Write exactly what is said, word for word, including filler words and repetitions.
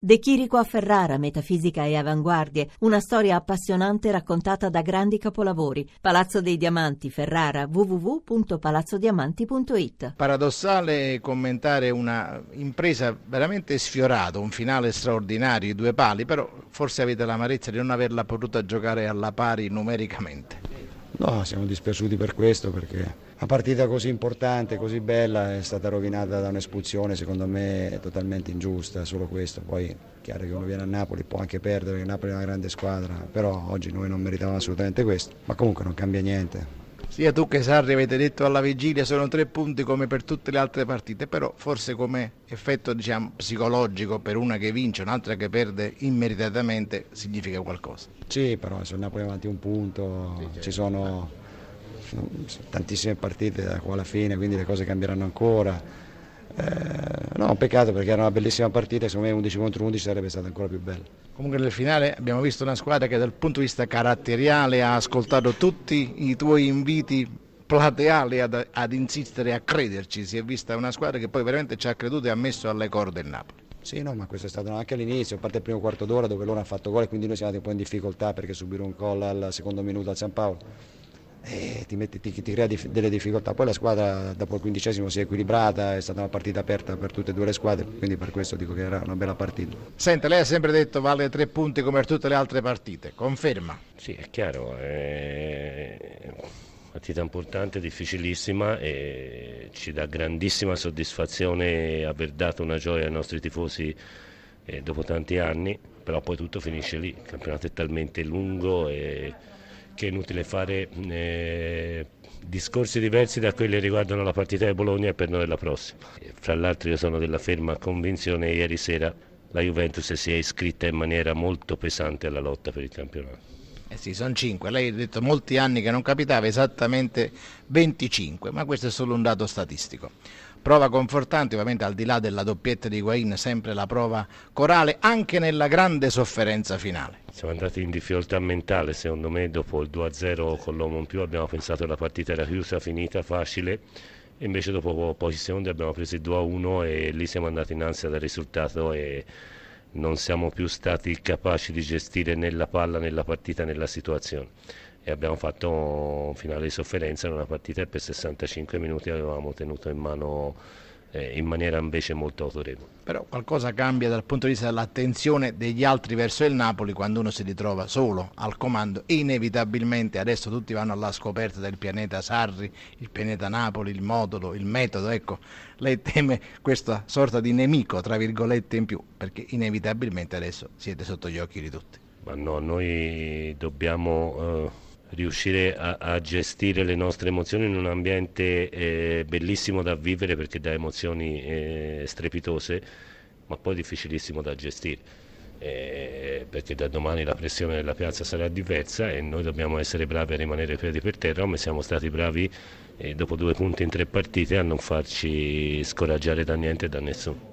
De Chirico a Ferrara, metafisica e avanguardie, una storia appassionante raccontata da grandi capolavori. Palazzo dei Diamanti, Ferrara, w w w punto palazzo diamanti punto it. Paradossale commentare una impresa veramente sfiorata, un finale straordinario, i due pali, però forse avete l'amarezza di non averla potuta giocare alla pari numericamente. No, siamo dispiaciuti per questo, perché una partita così importante, così bella è stata rovinata da un'espulsione, secondo me totalmente ingiusta, solo questo. Poi è chiaro che uno viene a Napoli, può anche perdere, perché Napoli è una grande squadra, però oggi noi non meritavamo assolutamente questo, ma comunque non cambia niente. Sia tu che Sarri avete detto alla vigilia sono tre punti come per tutte le altre partite, però forse come effetto, diciamo, psicologico per una che vince, un'altra che perde immeritatamente significa qualcosa. Sì, però se il Napoli è avanti un punto, sì, certo. Ci sono tantissime partite da qua alla fine, quindi le cose cambieranno ancora. Eh, no, un peccato, perché era una bellissima partita e secondo me undici contro undici sarebbe stata ancora più bella. Comunque nel finale abbiamo visto una squadra che dal punto di vista caratteriale ha ascoltato tutti i tuoi inviti plateali ad, ad insistere, a crederci. Si è vista una squadra che poi veramente ci ha creduto e ha messo alle corde il Napoli. Sì, no, ma questo è stato anche all'inizio, a parte il primo quarto d'ora dove loro hanno fatto gol e quindi noi siamo andati un po' in difficoltà, perché subire un gol al secondo minuto al San Paolo e ti, metti, ti, ti crea dif- delle difficoltà. Poi la squadra dopo il quindicesimo si è equilibrata, è stata una partita aperta per tutte e due le squadre, quindi per questo dico che era una bella partita. Senta, lei ha sempre detto vale tre punti come per tutte le altre partite, conferma? Sì, è chiaro, è partita importante, difficilissima e ci dà grandissima soddisfazione aver dato una gioia ai nostri tifosi eh, dopo tanti anni, però poi tutto finisce lì, il campionato è talmente lungo e che è inutile fare eh, discorsi diversi da quelli che riguardano la partita di Bologna e per noi la prossima. E fra l'altro io sono della ferma convinzione, ieri sera la Juventus si è iscritta in maniera molto pesante alla lotta per il campionato. Eh sì, sono cinque, lei ha detto molti anni che non capitava, esattamente venticinque, ma questo è solo un dato statistico. Prova confortante, ovviamente al di là della doppietta di Higuain, sempre la prova corale, anche nella grande sofferenza finale. Siamo andati in difficoltà mentale, secondo me, dopo il due a zero con l'uomo in più abbiamo pensato che la partita era chiusa, finita, facile, e invece dopo pochi secondi abbiamo preso il due a uno e lì siamo andati in ansia dal risultato e non siamo più stati capaci di gestire né la palla, né la partita, né la situazione. E abbiamo fatto un finale di sofferenza in una partita che per sessantacinque minuti avevamo tenuto in mano eh, in maniera invece molto autorevole. Però qualcosa cambia dal punto di vista dell'attenzione degli altri verso il Napoli quando uno si ritrova solo al comando e inevitabilmente adesso tutti vanno alla scoperta del pianeta Sarri, il pianeta Napoli, il modulo, il metodo. Ecco, lei teme questa sorta di nemico tra virgolette in più, perché inevitabilmente adesso siete sotto gli occhi di tutti. Ma no, noi dobbiamo uh... riuscire a, a gestire le nostre emozioni in un ambiente eh, bellissimo da vivere, perché dà emozioni eh, strepitose, ma poi difficilissimo da gestire, eh, perché da domani la pressione della piazza sarà diversa e noi dobbiamo essere bravi a rimanere piedi per terra, come siamo stati bravi eh, dopo due punti in tre partite a non farci scoraggiare da niente e da nessuno.